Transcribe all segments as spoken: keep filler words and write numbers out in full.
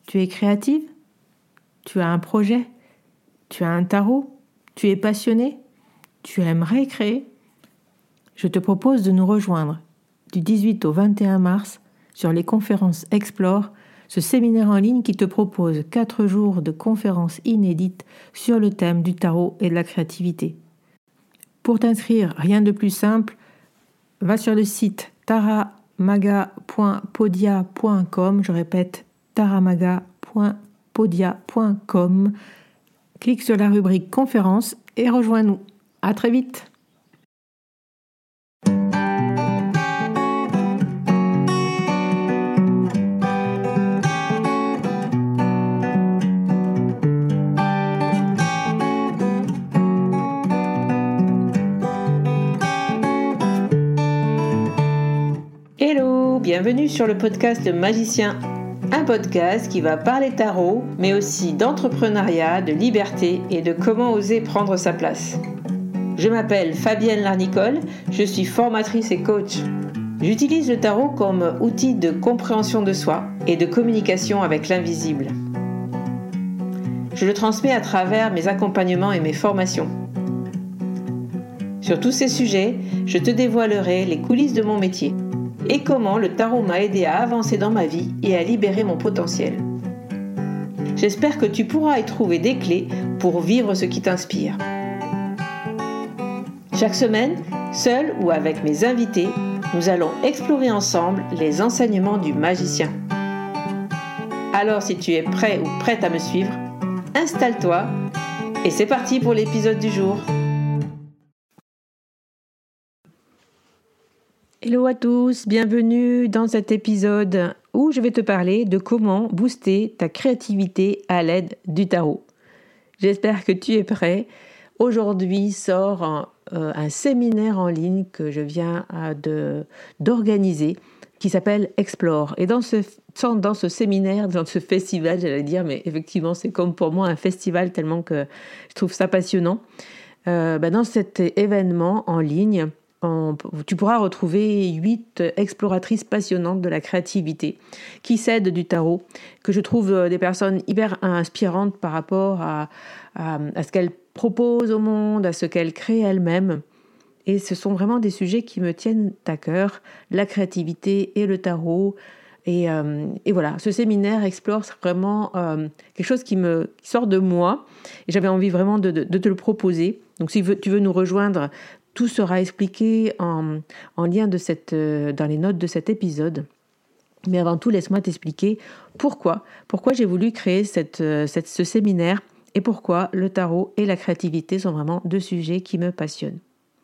Tu es créative? Tu as un projet? Tu as un tarot? Tu es passionné? Tu aimerais créer? Je te propose de nous rejoindre du dix-huit au vingt et un mars sur les conférences Explore, ce séminaire en ligne qui te propose quatre jours de conférences inédites sur le thème du tarot et de la créativité. Pour t'inscrire, rien de plus simple, va sur le site taramaga point podia point com, je répète taramaga point podia point com, clique sur la rubrique conférences et rejoins-nous. À très vite. Hello, bienvenue sur le podcast Le Magicien, un podcast qui va parler tarot, mais aussi d'entrepreneuriat, de liberté et de comment oser prendre sa place. Je m'appelle Fabienne Larnicole, je suis formatrice et coach. J'utilise le tarot comme outil de compréhension de soi et de communication avec l'invisible. Je le transmets à travers mes accompagnements et mes formations. Sur tous ces sujets, je te dévoilerai les coulisses de mon métier et comment le tarot m'a aidé à avancer dans ma vie et à libérer mon potentiel. J'espère que tu pourras y trouver des clés pour vivre ce qui t'inspire. Chaque semaine, seul ou avec mes invités, nous allons explorer ensemble les enseignements du magicien. Alors si tu es prêt ou prête à me suivre, installe-toi et c'est parti pour l'épisode du jour. Hello à tous, bienvenue dans cet épisode où je vais te parler de comment booster ta créativité à l'aide du tarot. J'espère que tu es prêt. Aujourd'hui sort un, euh, un séminaire en ligne que je viens euh, de, d'organiser qui s'appelle Explore. Et dans ce, dans ce séminaire, dans ce festival, j'allais dire, mais effectivement c'est comme pour moi un festival tellement que je trouve ça passionnant. Euh, bah dans cet événement en ligne, On, tu pourras retrouver huit exploratrices passionnantes de la créativité qui s'aident du tarot, que je trouve des personnes hyper inspirantes par rapport à, à, à ce qu'elles proposent au monde, à ce qu'elles créent elles-mêmes. Et ce sont vraiment des sujets qui me tiennent à cœur, la créativité et le tarot. Et, euh, et voilà, ce séminaire Explore, c'est vraiment euh, quelque chose qui me qui sort de moi. Et j'avais envie vraiment de, de, de te le proposer. Donc si tu veux nous rejoindre, tout sera expliqué en, en lien de cette, euh, dans les notes de cet épisode. Mais avant tout, laisse-moi t'expliquer pourquoi, pourquoi j'ai voulu créer cette, euh, cette, ce séminaire et pourquoi le tarot et la créativité sont vraiment deux sujets qui me passionnent.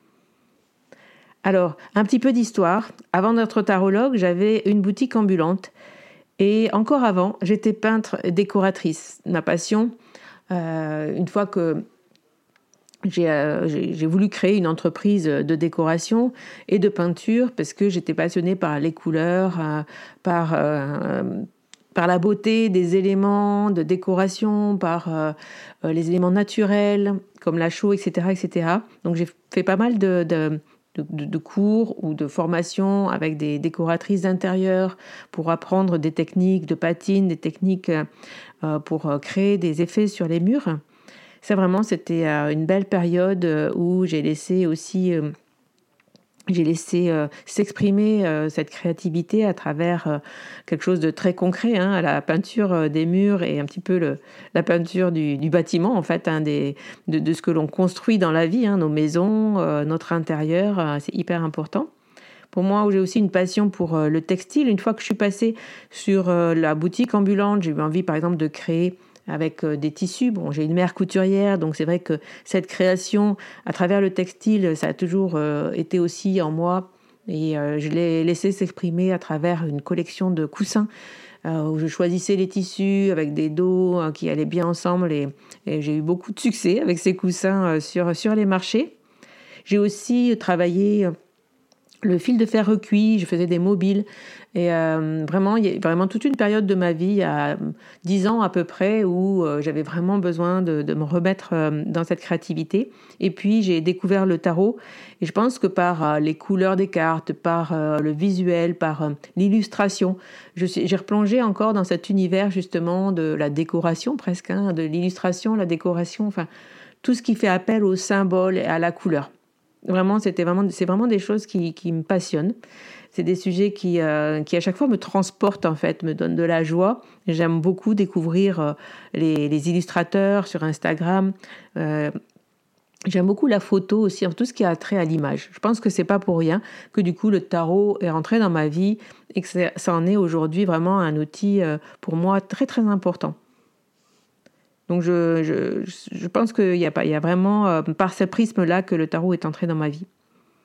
Alors, un petit peu d'histoire. Avant d'être tarologue, j'avais une boutique ambulante. Et encore avant, j'étais peintre décoratrice. Ma passion, euh, une fois que J'ai, euh, j'ai, j'ai voulu créer une entreprise de décoration et de peinture parce que j'étais passionnée par les couleurs, euh, par, euh, par la beauté des éléments de décoration, par euh, les éléments naturels comme la chaux, et cetera, et cetera. Donc j'ai fait pas mal de, de, de, de cours ou de formations avec des décoratrices d'intérieur pour apprendre des techniques de patine, des techniques euh, pour créer des effets sur les murs. Ça vraiment, c'était euh, une belle période euh, où j'ai laissé aussi, euh, j'ai laissé euh, s'exprimer euh, cette créativité à travers euh, quelque chose de très concret, hein, la peinture euh, des murs et un petit peu le, la peinture du, du bâtiment, en fait, hein, des, de, de ce que l'on construit dans la vie, hein, nos maisons, euh, notre intérieur, euh, c'est hyper important. Pour moi, où j'ai aussi une passion pour euh, le textile. Une fois que je suis passée sur euh, la boutique ambulante, j'ai eu envie, par exemple, de créer avec des tissus. Bon, j'ai une mère couturière, donc c'est vrai que cette création à travers le textile, ça a toujours euh, été aussi en moi et euh, je l'ai laissé s'exprimer à travers une collection de coussins euh, où je choisissais les tissus avec des dos euh, qui allaient bien ensemble et, et j'ai eu beaucoup de succès avec ces coussins euh, sur, sur les marchés. J'ai aussi travaillé le fil de fer recuit, je faisais des mobiles. Et euh, vraiment, il y a vraiment toute une période de ma vie, il y a dix ans à peu près, où euh, j'avais vraiment besoin de, de me remettre euh, dans cette créativité. Et puis, j'ai découvert le tarot. Et je pense que par euh, les couleurs des cartes, par euh, le visuel, par euh, l'illustration, je suis, j'ai replongé encore dans cet univers justement de la décoration presque, hein, de l'illustration, la décoration, enfin, tout ce qui fait appel au symbole et à la couleur. Vraiment, c'était vraiment, c'est vraiment des choses qui, qui me passionnent. C'est des sujets qui, euh, qui, à chaque fois, me transportent, en fait, me donnent de la joie. J'aime beaucoup découvrir euh, les, les illustrateurs sur Instagram. Euh, j'aime beaucoup la photo aussi, tout ce qui a trait à l'image. Je pense que c'est pas pour rien que, du coup, le tarot est rentré dans ma vie et que ça en est aujourd'hui vraiment un outil, euh, pour moi, très, très important. Donc, je, je, je pense qu'il y a, pas, il y a vraiment, euh, par ce prisme-là, que le tarot est entré dans ma vie.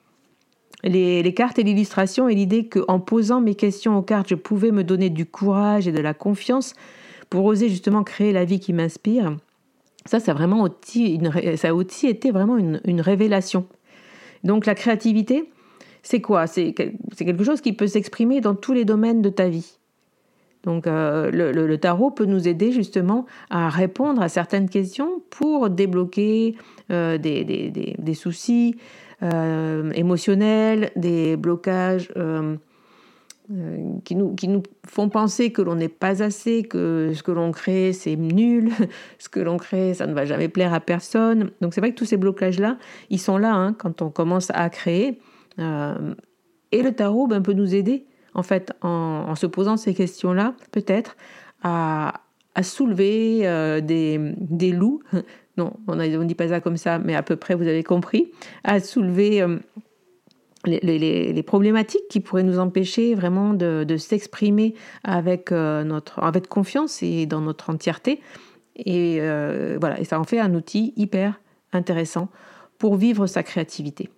Les, les cartes et l'illustration et l'idée qu'en posant mes questions aux cartes, je pouvais me donner du courage et de la confiance pour oser justement créer la vie qui m'inspire, ça, ça a, vraiment aussi, une, ça a aussi été vraiment une, une révélation. Donc, la créativité, c'est quoi ? c'est, c'est quelque chose qui peut s'exprimer dans tous les domaines de ta vie. Donc, euh, le, le, le tarot peut nous aider justement à répondre à certaines questions pour débloquer euh, des, des, des, des soucis euh, émotionnels, des blocages euh, euh, qui, nous, qui nous font penser que l'on n'est pas assez, que ce que l'on crée, c'est nul, ce que l'on crée, ça ne va jamais plaire à personne. Donc, c'est vrai que tous ces blocages-là, ils sont là hein, quand on commence à créer. Euh, et le tarot ben, peut nous aider en fait, en, en se posant ces questions-là, peut-être, à, à soulever euh, des, des loups, non, on ne dit pas ça comme ça, mais à peu près, vous avez compris, à soulever euh, les, les, les problématiques qui pourraient nous empêcher vraiment de, de s'exprimer avec, euh, notre, avec confiance et dans notre entièreté. Et euh, voilà, et ça en fait un outil hyper intéressant pour vivre sa créativité.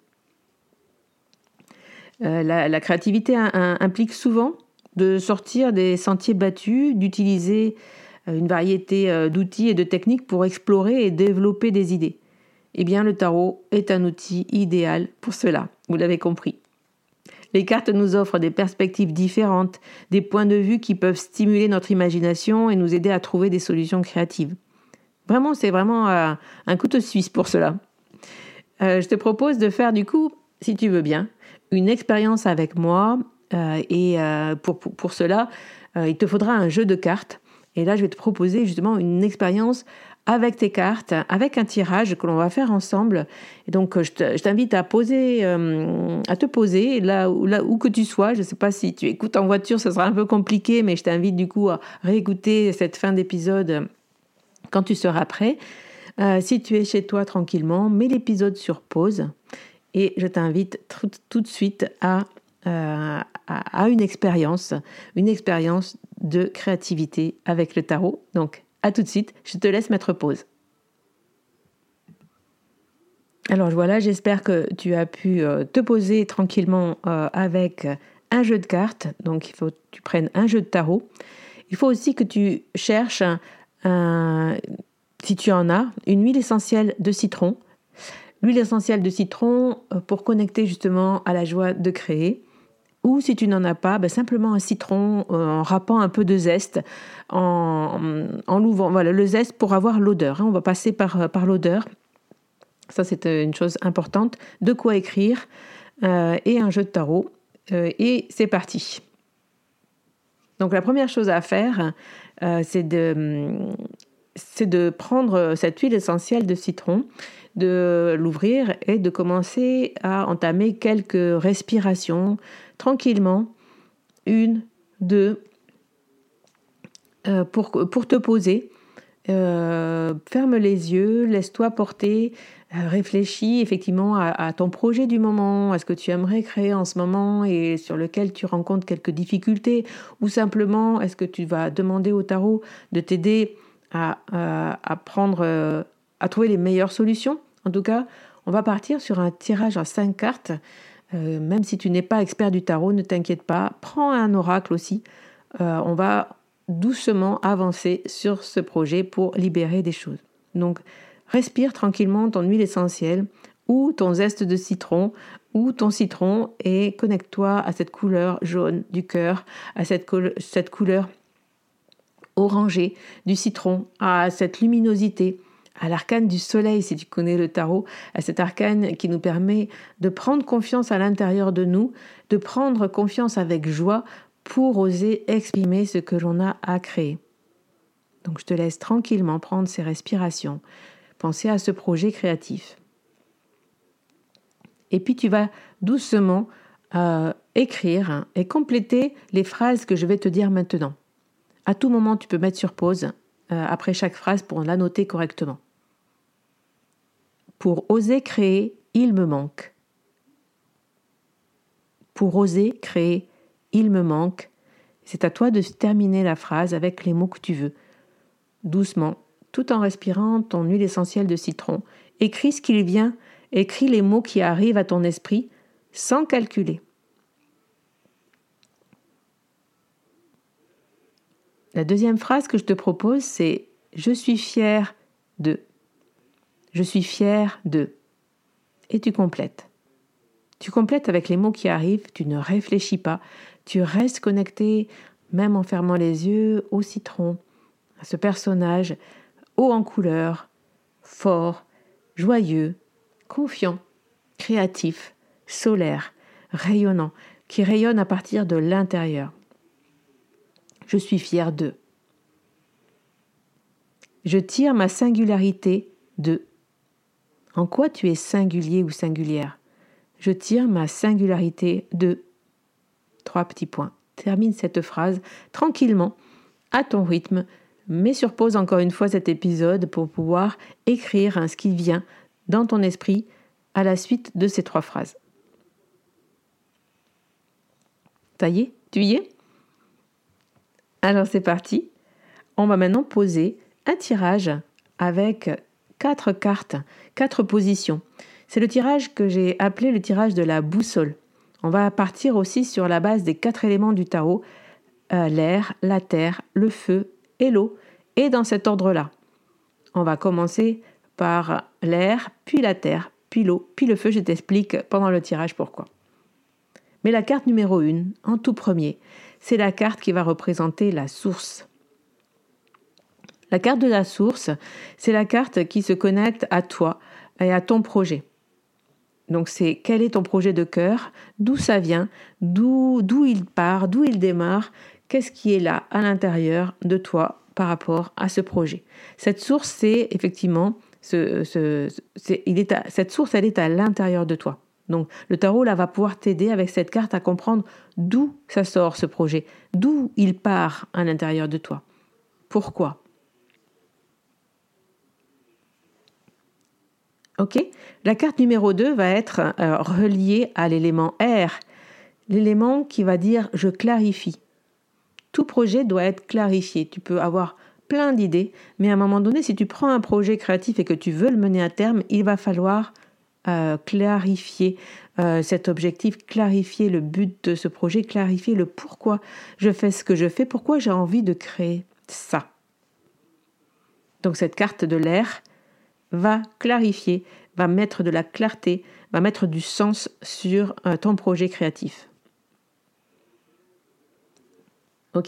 Euh, la, la créativité a, a, implique souvent de sortir des sentiers battus, d'utiliser une variété euh, d'outils et de techniques pour explorer et développer des idées. Eh bien, le tarot est un outil idéal pour cela, vous l'avez compris. Les cartes nous offrent des perspectives différentes, des points de vue qui peuvent stimuler notre imagination et nous aider à trouver des solutions créatives. Vraiment, c'est vraiment euh, un couteau suisse pour cela. Euh, je te propose de faire du coup, si tu veux bien, une expérience avec moi euh, et euh, pour, pour, pour cela, euh, il te faudra un jeu de cartes. Et là, je vais te proposer justement une expérience avec tes cartes, avec un tirage que l'on va faire ensemble. Et donc, je, te, je t'invite à poser, euh, à te poser là où, là où que tu sois. Je ne sais pas si tu écoutes en voiture, ça sera un peu compliqué, mais je t'invite du coup à réécouter cette fin d'épisode quand tu seras prêt. Euh, si tu es chez toi tranquillement, mets l'épisode sur pause. Et je t'invite tout, tout de suite à, euh, à, à une expérience, une expérience de créativité avec le tarot. Donc, à tout de suite, je te laisse mettre pause. Alors voilà, j'espère que tu as pu euh, te poser tranquillement euh, avec un jeu de cartes. Donc, il faut que tu prennes un jeu de tarot. Il faut aussi que tu cherches, un, un, si tu en as, une huile essentielle de citron. L'huile essentielle de citron pour connecter justement à la joie de créer. Ou si tu n'en as pas, ben simplement un citron euh, en râpant un peu de zeste, en, en l'ouvrant. Voilà, le zeste pour avoir l'odeur. Hein, on va passer par, par l'odeur. Ça, c'est une chose importante. De quoi écrire euh, et un jeu de tarot. Euh, et c'est parti. Donc la première chose à faire, euh, c'est de, c'est de prendre cette huile essentielle de citron, de l'ouvrir et de commencer à entamer quelques respirations tranquillement, une, deux, euh, pour, pour te poser. Euh, ferme les yeux, laisse-toi porter, euh, réfléchis effectivement à, à ton projet du moment, à ce que tu aimerais créer en ce moment et sur lequel tu rencontres quelques difficultés, ou simplement est-ce que tu vas demander au tarot de t'aider à, à, à prendre, euh, à trouver les meilleures solutions. En tout cas, on va partir sur un tirage à cinq cartes. Euh, même si tu n'es pas expert du tarot, ne t'inquiète pas. Prends un oracle aussi. Euh, on va doucement avancer sur ce projet pour libérer des choses. Donc, respire tranquillement ton huile essentielle ou ton zeste de citron ou ton citron et connecte-toi à cette couleur jaune du cœur, à cette, col- cette couleur orangée du citron, à cette luminosité, à l'arcane du soleil si tu connais le tarot, à cet arcane qui nous permet de prendre confiance à l'intérieur de nous, de prendre confiance avec joie pour oser exprimer ce que l'on a à créer. Donc je te laisse tranquillement prendre ces respirations, penser à ce projet créatif. Et puis tu vas doucement euh, écrire et compléter les phrases que je vais te dire maintenant. À tout moment, tu peux mettre sur pause euh, après chaque phrase pour la noter correctement. Pour oser créer, il me manque. Pour oser créer, il me manque. C'est à toi de terminer la phrase avec les mots que tu veux. Doucement, tout en respirant ton huile essentielle de citron. Écris ce qu'il vient, écris les mots qui arrivent à ton esprit sans calculer. La deuxième phrase que je te propose, c'est « Je suis fière de ». Je suis fière de. Et tu complètes. Tu complètes avec les mots qui arrivent, tu ne réfléchis pas, tu restes connecté, même en fermant les yeux, au citron, à ce personnage haut en couleur, fort, joyeux, confiant, créatif, solaire, rayonnant, qui rayonne à partir de l'intérieur. Je suis fière de. Je tire ma singularité de. En quoi tu es singulier ou singulière ? Je tire ma singularité de. Trois petits points. Termine cette phrase tranquillement, à ton rythme. Mets sur pause encore une fois cet épisode pour pouvoir écrire hein, ce qui vient dans ton esprit à la suite de ces trois phrases. Ça y est ? Tu y es ? Alors c'est parti. On va maintenant poser un tirage avec quatre cartes, quatre positions. C'est le tirage que j'ai appelé le tirage de la boussole. On va partir aussi sur la base des quatre éléments du tarot, euh, l'air, la terre, le feu et l'eau, et dans cet ordre-là. On va commencer par l'air, puis la terre, puis l'eau, puis le feu. Je t'explique pendant le tirage pourquoi. Mais la carte numéro une, en tout premier, c'est la carte qui va représenter la source. La carte de la source, c'est la carte qui se connecte à toi et à ton projet. Donc c'est quel est ton projet de cœur, d'où ça vient, d'où, d'où il part, d'où il démarre, qu'est-ce qui est là à l'intérieur de toi par rapport à ce projet. Cette source, c'est effectivement, ce, ce, c'est, il est à, cette source, elle est à l'intérieur de toi. Donc le tarot là va pouvoir t'aider avec cette carte à comprendre d'où ça sort ce projet, d'où il part à l'intérieur de toi. Pourquoi ? Ok ? La carte numéro deux va être euh, reliée à l'élément air, l'élément qui va dire « je clarifie ». Tout projet doit être clarifié. Tu peux avoir plein d'idées, mais à un moment donné, si tu prends un projet créatif et que tu veux le mener à terme, il va falloir euh, clarifier euh, cet objectif, clarifier le but de ce projet, clarifier le pourquoi je fais ce que je fais, pourquoi j'ai envie de créer ça. Donc cette carte de l'air va clarifier, va mettre de la clarté, va mettre du sens sur euh, ton projet créatif. Ok ?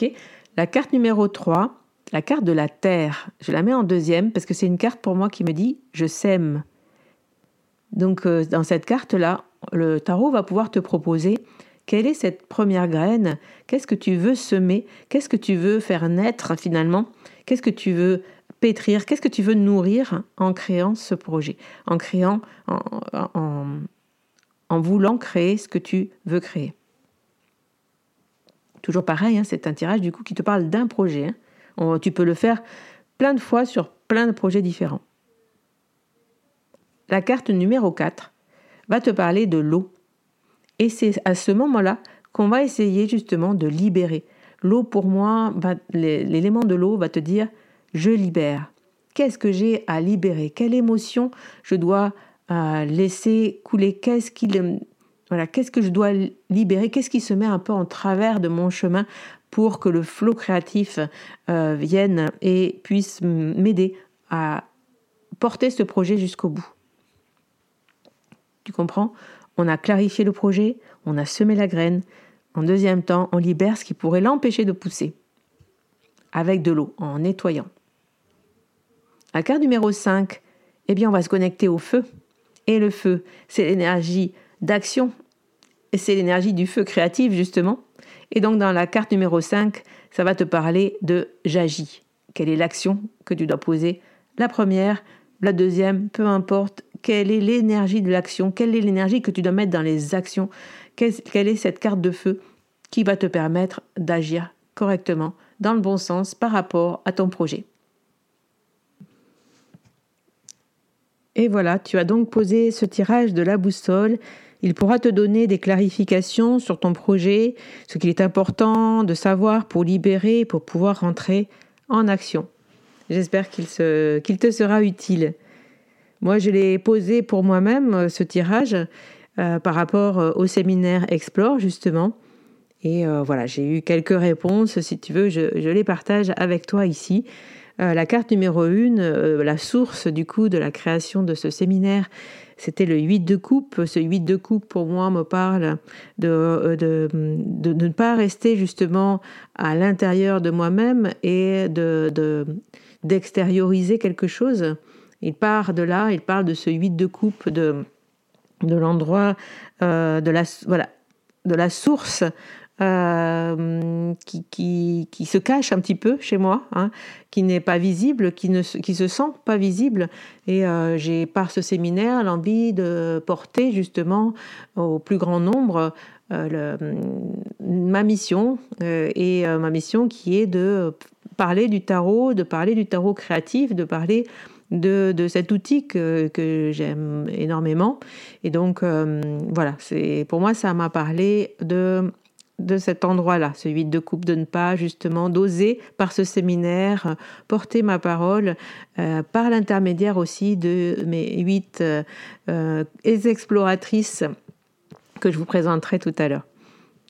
La carte numéro trois, la carte de la terre, je la mets en deuxième parce que c'est une carte pour moi qui me dit « je sème ». Donc euh, dans cette carte-là, le tarot va pouvoir te proposer quelle est cette première graine, qu'est-ce que tu veux semer, qu'est-ce que tu veux faire naître finalement, qu'est-ce que tu veux pétrir, qu'est-ce que tu veux nourrir en créant ce projet, en créant, en, en, en voulant créer ce que tu veux créer. Toujours pareil, hein, c'est un tirage du coup qui te parle d'un projet. Hein. On, tu peux le faire plein de fois sur plein de projets différents. La carte numéro quatre va te parler de l'eau. Et c'est à ce moment-là qu'on va essayer justement de libérer. L'eau pour moi, va, l'élément de l'eau va te dire « je libère ». Qu'est-ce que j'ai à libérer ? Quelle émotion je dois euh, laisser couler ? Qu'est-ce qu'il... Voilà, qu'est-ce que je dois libérer ? Qu'est-ce qui se met un peu en travers de mon chemin pour que le flot créatif euh, vienne et puisse m'aider à porter ce projet jusqu'au bout ? Tu comprends ? on a clarifié le projet, on a semé la graine. En deuxième temps, on libère ce qui pourrait l'empêcher de pousser, avec de l'eau, en nettoyant. La carte numéro cinq, eh bien, on va se connecter au feu. Et le feu, c'est l'énergie d'action. Et c'est l'énergie du feu créatif, justement. Et donc, dans la carte numéro cinq, ça va te parler de j'agis. Quelle est l'action que tu dois poser? La première, la deuxième, peu importe. Quelle est l'énergie de l'action? Quelle est l'énergie que tu dois mettre dans les actions? Quelle est cette carte de feu qui va te permettre d'agir correctement, dans le bon sens, par rapport à ton projet? Et voilà, tu as donc posé ce tirage de la boussole. Il pourra te donner des clarifications sur ton projet, ce qu'il est important de savoir pour libérer, pour pouvoir rentrer en action. J'espère qu'il, se, qu'il te sera utile. Moi, je l'ai posé pour moi-même, ce tirage, euh, par rapport au séminaire Explore, justement. Et euh, voilà, j'ai eu quelques réponses. Si tu veux, je, je les partage avec toi ici. Euh, la carte numéro un, euh, la source du coup de la création de ce séminaire, c'était le huit de coupe. Ce huit de coupe, pour moi, me parle de, de, de, de ne pas rester justement à l'intérieur de moi-même et de, de, d'extérioriser quelque chose. Il part de là, il parle de ce huit de coupe, de, de l'endroit, euh, de, la, voilà, de la source Euh, qui, qui, qui se cache un petit peu chez moi, hein, qui n'est pas visible, qui ne qui se sent pas visible. Et euh, j'ai par ce séminaire l'envie de porter justement au plus grand nombre euh, le, ma mission euh, et euh, ma mission qui est de parler du tarot, de parler du tarot créatif, de parler de, de cet outil que, que j'aime énormément. Et donc euh, voilà, c'est pour moi ça m'a parlé de de cet endroit-là, ce huit de coupe, de ne pas justement d'oser par ce séminaire porter ma parole euh, par l'intermédiaire aussi de mes huit euh, euh, exploratrices que je vous présenterai tout à l'heure.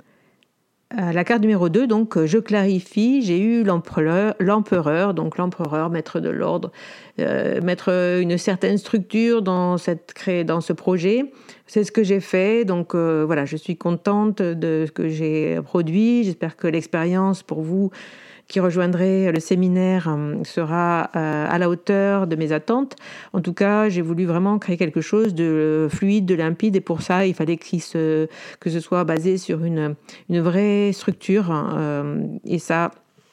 Euh, la carte numéro deux, donc je clarifie, j'ai eu l'empereur, l'empereur, donc l'empereur, maître de l'ordre, euh, mettre une certaine structure dans, cette, dans ce projet. C'est ce que j'ai fait, donc euh, voilà, je suis contente de ce que j'ai produit. J'espère que l'expérience pour vous qui rejoindrez le séminaire sera euh, à la hauteur de mes attentes. En tout cas, j'ai voulu vraiment créer quelque chose de fluide, de limpide, et pour ça, il fallait qu'il se, que ce soit basé sur une, une vraie structure. Euh, et ça,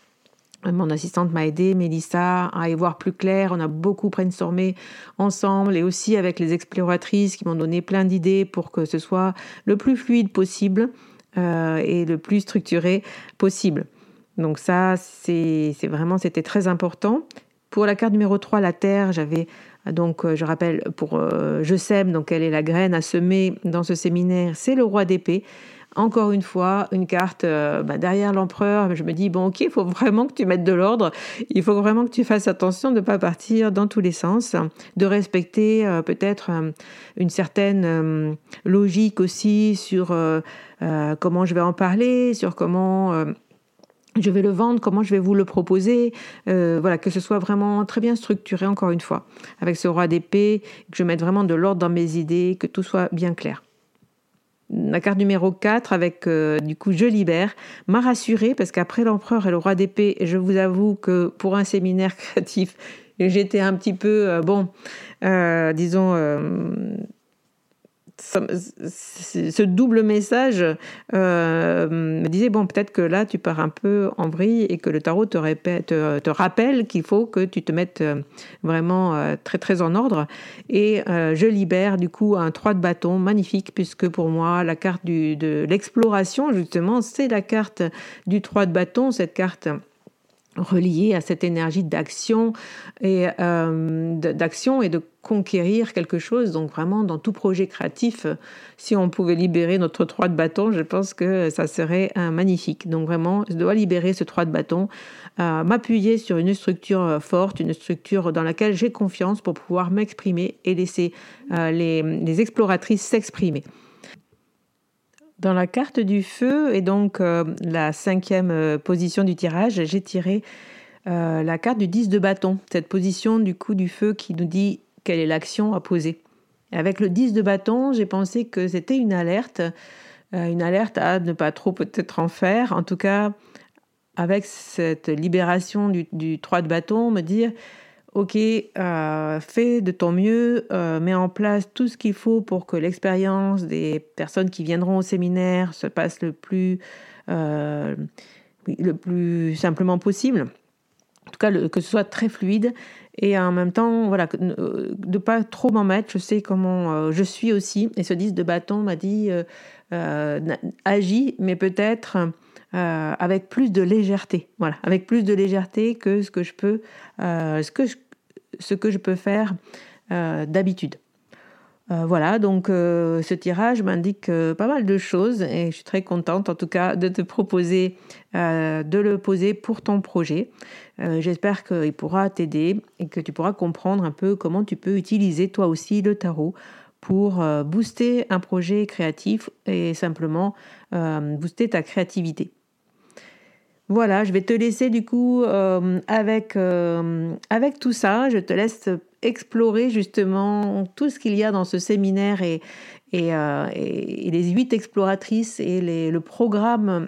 mon assistante m'a aidée, Mélissa, à y voir plus clair. On a beaucoup brainstormé ensemble et aussi avec les exploratrices qui m'ont donné plein d'idées pour que ce soit le plus fluide possible euh, et le plus structuré possible. Donc ça, c'est, c'est vraiment, c'était très important. Pour la carte numéro trois, la terre, j'avais, donc je rappelle, pour euh, je sème, donc elle est la graine à semer dans ce séminaire, c'est le roi d'épée. Encore une fois, une carte euh, bah, derrière l'empereur. Je me dis, bon, ok, il faut vraiment que tu mettes de l'ordre. Il faut vraiment que tu fasses attention de ne pas partir dans tous les sens, de respecter euh, peut-être euh, une certaine euh, logique aussi sur euh, euh, comment je vais en parler, sur comment... Euh, je vais le vendre, comment je vais vous le proposer, euh, voilà, que ce soit vraiment très bien structuré, encore une fois, avec ce roi d'épée, que je mette vraiment de l'ordre dans mes idées, que tout soit bien clair. La carte numéro quatre, avec euh, du coup je libère, m'a rassurée, parce qu'après l'empereur et le roi d'épée, je vous avoue que pour un séminaire créatif, j'étais un petit peu, euh, bon, euh, disons... Euh, ce double message euh, me disait, bon, peut-être que là, tu pars un peu en vrille et que le tarot te, répète, te, te rappelle qu'il faut que tu te mettes vraiment euh, très, très en ordre. Et euh, je libère, du coup, un trois de bâton magnifique, puisque pour moi, la carte du, de l'exploration, justement, c'est la carte du trois de bâton, cette carte reliée à cette énergie d'action et euh, d'action et de conquérir quelque chose. Donc vraiment, dans tout projet créatif, si on pouvait libérer notre trois de bâton, je pense que ça serait un magnifique. Donc vraiment, je dois libérer ce trois de bâton, euh, m'appuyer sur une structure forte, une structure dans laquelle j'ai confiance pour pouvoir m'exprimer et laisser euh, les, les exploratrices s'exprimer. Dans la carte du feu, et donc euh, la cinquième euh, position du tirage, j'ai tiré euh, la carte du dix de bâton. Cette position du coup du feu qui nous dit quelle est l'action à poser. Avec le dix de bâton, j'ai pensé que c'était une alerte, euh, une alerte à ne pas trop peut-être en faire. En tout cas, avec cette libération du, du trois de bâton, me dire ok, euh, fais de ton mieux, euh, mets en place tout ce qu'il faut pour que l'expérience des personnes qui viendront au séminaire se passe le plus, euh, le plus simplement possible. En tout cas, le, que ce soit très fluide. Et en même temps, voilà, de ne pas trop m'en mettre. Je sais comment euh, je suis aussi. Et ce dix de bâton m'a dit, euh, euh, agis, mais peut-être euh, avec plus de légèreté. Voilà, avec plus de légèreté que ce que je peux, euh, ce que je, ce que je peux faire euh, d'habitude. Euh, voilà, donc euh, ce tirage m'indique euh, pas mal de choses et je suis très contente en tout cas de te proposer euh, de le poser pour ton projet. Euh, j'espère qu'il pourra t'aider et que tu pourras comprendre un peu comment tu peux utiliser toi aussi le tarot pour euh, booster un projet créatif et simplement euh, booster ta créativité. Voilà, je vais te laisser du coup euh, avec, euh, avec tout ça. Je te laisse explorer justement tout ce qu'il y a dans ce séminaire et, et, euh, et, et les huit exploratrices et les, le programme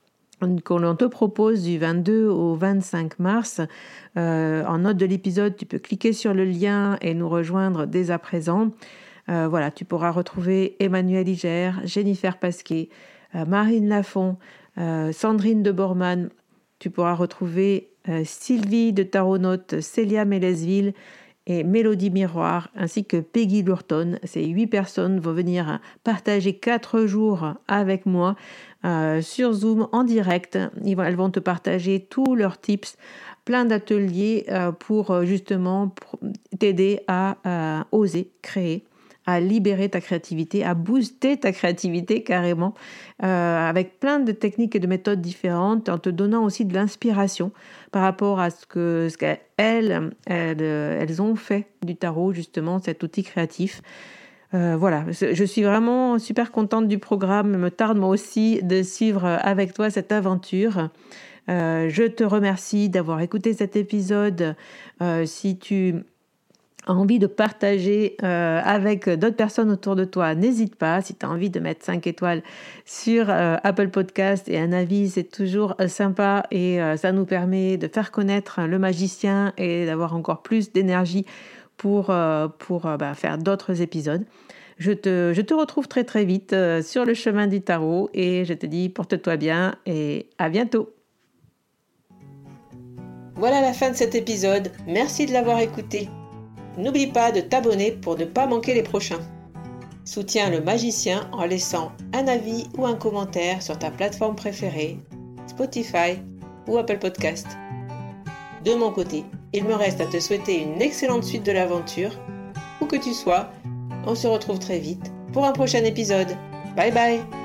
qu'on te propose du vingt-deux au vingt-cinq mars. Euh, en note de l'épisode, tu peux cliquer sur le lien et nous rejoindre dès à présent. Euh, voilà, tu pourras retrouver Emmanuel Igère, Jennifer Pasquet, euh, Marine Lafont, euh, Sandrine de Bormann. Tu pourras retrouver euh, Sylvie de Taronote, Célia Mélesville et Mélodie Miroir, ainsi que Peggy Lurton. Ces huit personnes vont venir partager quatre jours avec moi euh, sur Zoom en direct. Ils vont, elles vont te partager tous leurs tips, plein d'ateliers euh, pour justement pour t'aider à euh, oser créer, à libérer ta créativité, à booster ta créativité carrément, euh, avec plein de techniques et de méthodes différentes, en te donnant aussi de l'inspiration par rapport à ce que ce qu'elles elles, elles ont fait du tarot, justement, cet outil créatif. Euh, voilà, je suis vraiment super contente du programme. Il me tarde moi aussi de suivre avec toi cette aventure. Euh, je te remercie d'avoir écouté cet épisode. Euh, si tu envie de partager euh, avec d'autres personnes autour de toi, n'hésite pas. Si tu as envie de mettre cinq étoiles sur euh, Apple Podcast et un avis, c'est toujours euh, sympa et euh, ça nous permet de faire connaître le magicien et d'avoir encore plus d'énergie pour, euh, pour euh, bah, faire d'autres épisodes. Je te, je te retrouve très très vite euh, sur le chemin du tarot et je te dis porte-toi bien et à bientôt. Voilà la fin de cet épisode. Merci de l'avoir écouté. N'oublie pas de t'abonner pour ne pas manquer les prochains. Soutiens le magicien en laissant un avis ou un commentaire sur ta plateforme préférée, Spotify ou Apple Podcast. De mon côté, il me reste à te souhaiter une excellente suite de l'aventure. Où que tu sois, on se retrouve très vite pour un prochain épisode. Bye bye!